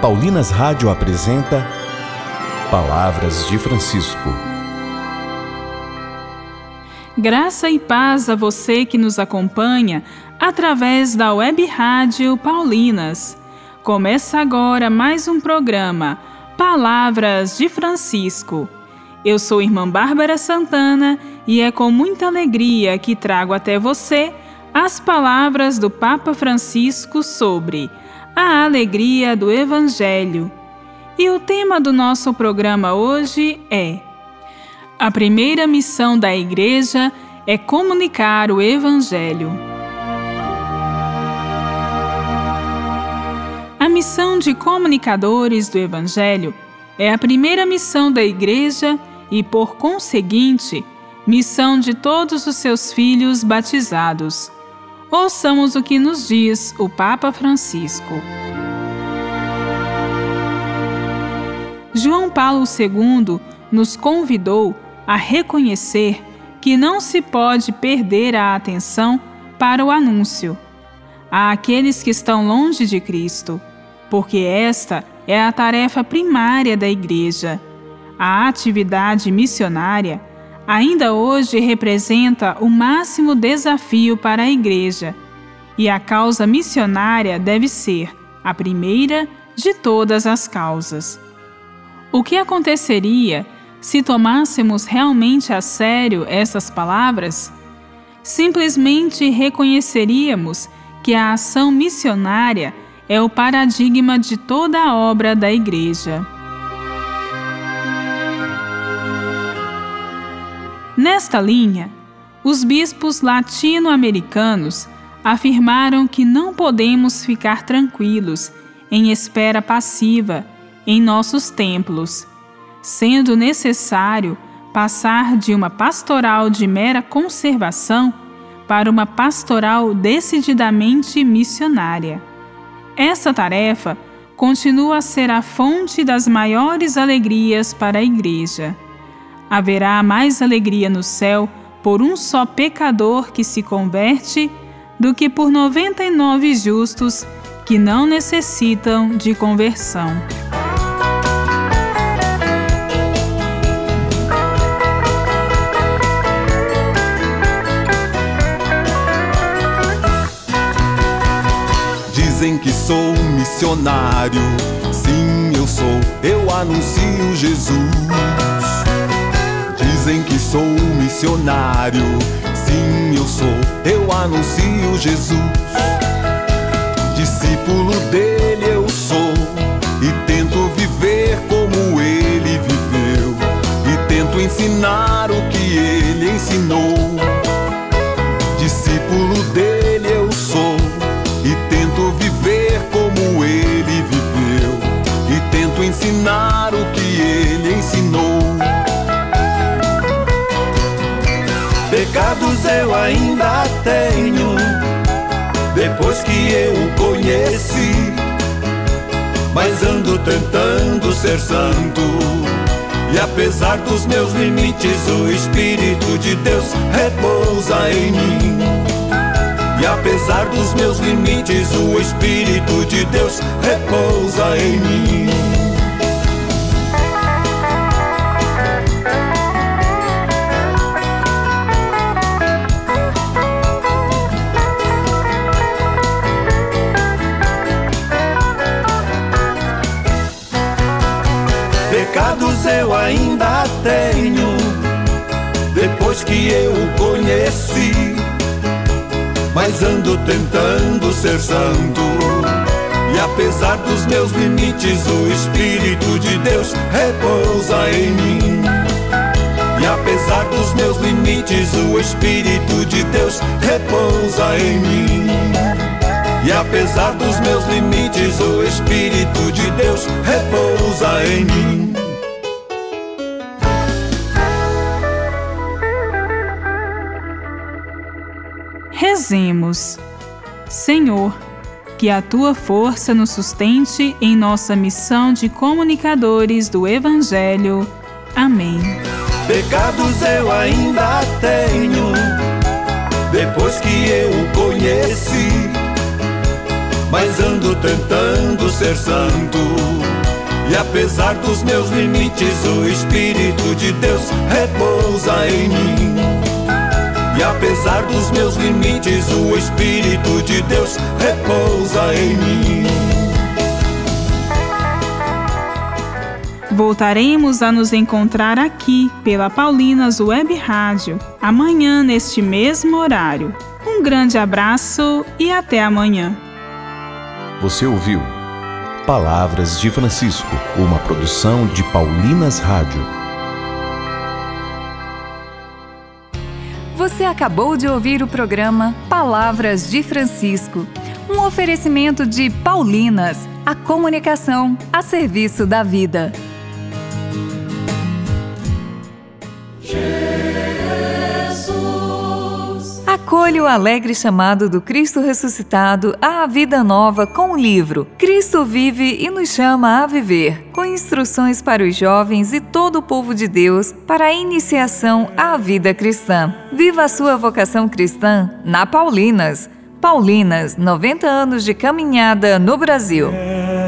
Paulinas Rádio apresenta Palavras de Francisco. Graça e paz a você que nos acompanha através da Web Rádio Paulinas. Começa agora mais um programa, Palavras de Francisco. Eu sou irmã Bárbara Santana e é com muita alegria que trago até você as palavras do Papa Francisco sobre a alegria do Evangelho. E o tema do nosso programa hoje é: a primeira missão da Igreja é comunicar o Evangelho. A missão de comunicadores do Evangelho é a primeira missão da Igreja e, por conseguinte, missão de todos os seus filhos batizados. Ouçamos o que nos diz o Papa Francisco. João Paulo II nos convidou a reconhecer que não se pode perder a atenção para o anúncio àqueles que estão longe de Cristo, porque esta é a tarefa primária da Igreja. A atividade missionária ainda hoje representa o máximo desafio para a Igreja, e a causa missionária deve ser a primeira de todas as causas. O que aconteceria se tomássemos realmente a sério essas palavras? Simplesmente reconheceríamos que a ação missionária é o paradigma de toda a obra da Igreja. Nesta linha, os bispos latino-americanos afirmaram que não podemos ficar tranquilos em espera passiva em nossos templos, sendo necessário passar de uma pastoral de mera conservação para uma pastoral decididamente missionária. Essa tarefa continua a ser a fonte das maiores alegrias para a Igreja. Haverá mais alegria no céu por um só pecador que se converte do que por 99 justos que não necessitam de conversão. Dizem que sou missionário, sim eu sou, eu anuncio Jesus. Dizem que sou missionário, sim eu sou, eu anuncio Jesus. Discípulo dele eu sou e tento viver como ele viveu e tento ensinar o que ele ensinou. Discípulo dele eu sou e tento viver como ele viveu e tento ensinar o que ele ensinou. Pecados eu ainda tenho, depois que eu o conheci, mas ando tentando ser santo. E apesar dos meus limites, o Espírito de Deus repousa em mim. E apesar dos meus limites, o Espírito de Deus repousa em mim. Pecados eu ainda tenho, depois que eu o conheci, mas ando tentando ser santo. E apesar dos meus limites, o Espírito de Deus repousa em mim. E apesar dos meus limites, o Espírito de Deus repousa em mim. E apesar dos meus limites, o Espírito de Deus repousa em mim. Rezemos. Senhor, que a Tua força nos sustente em nossa missão de comunicadores do Evangelho. Amém. Pecados eu ainda tenho, depois que eu o conheci, mas ando tentando ser santo. E apesar dos meus limites, o Espírito de Deus repousa em mim. E apesar dos meus limites, o Espírito de Deus repousa em mim. Voltaremos a nos encontrar aqui pela Paulinas Web Rádio, amanhã neste mesmo horário. Um grande abraço e até amanhã. Você ouviu Palavras de Francisco, uma produção de Paulinas Rádio. Você acabou de ouvir o programa Palavras de Francisco, um oferecimento de Paulinas, a comunicação a serviço da vida. Acolha o alegre chamado do Cristo ressuscitado à vida nova com o livro Cristo Vive e nos chama a viver, com instruções para os jovens e todo o povo de Deus para a iniciação à vida cristã. Viva a sua vocação cristã na Paulinas. Paulinas, 90 anos de caminhada no Brasil.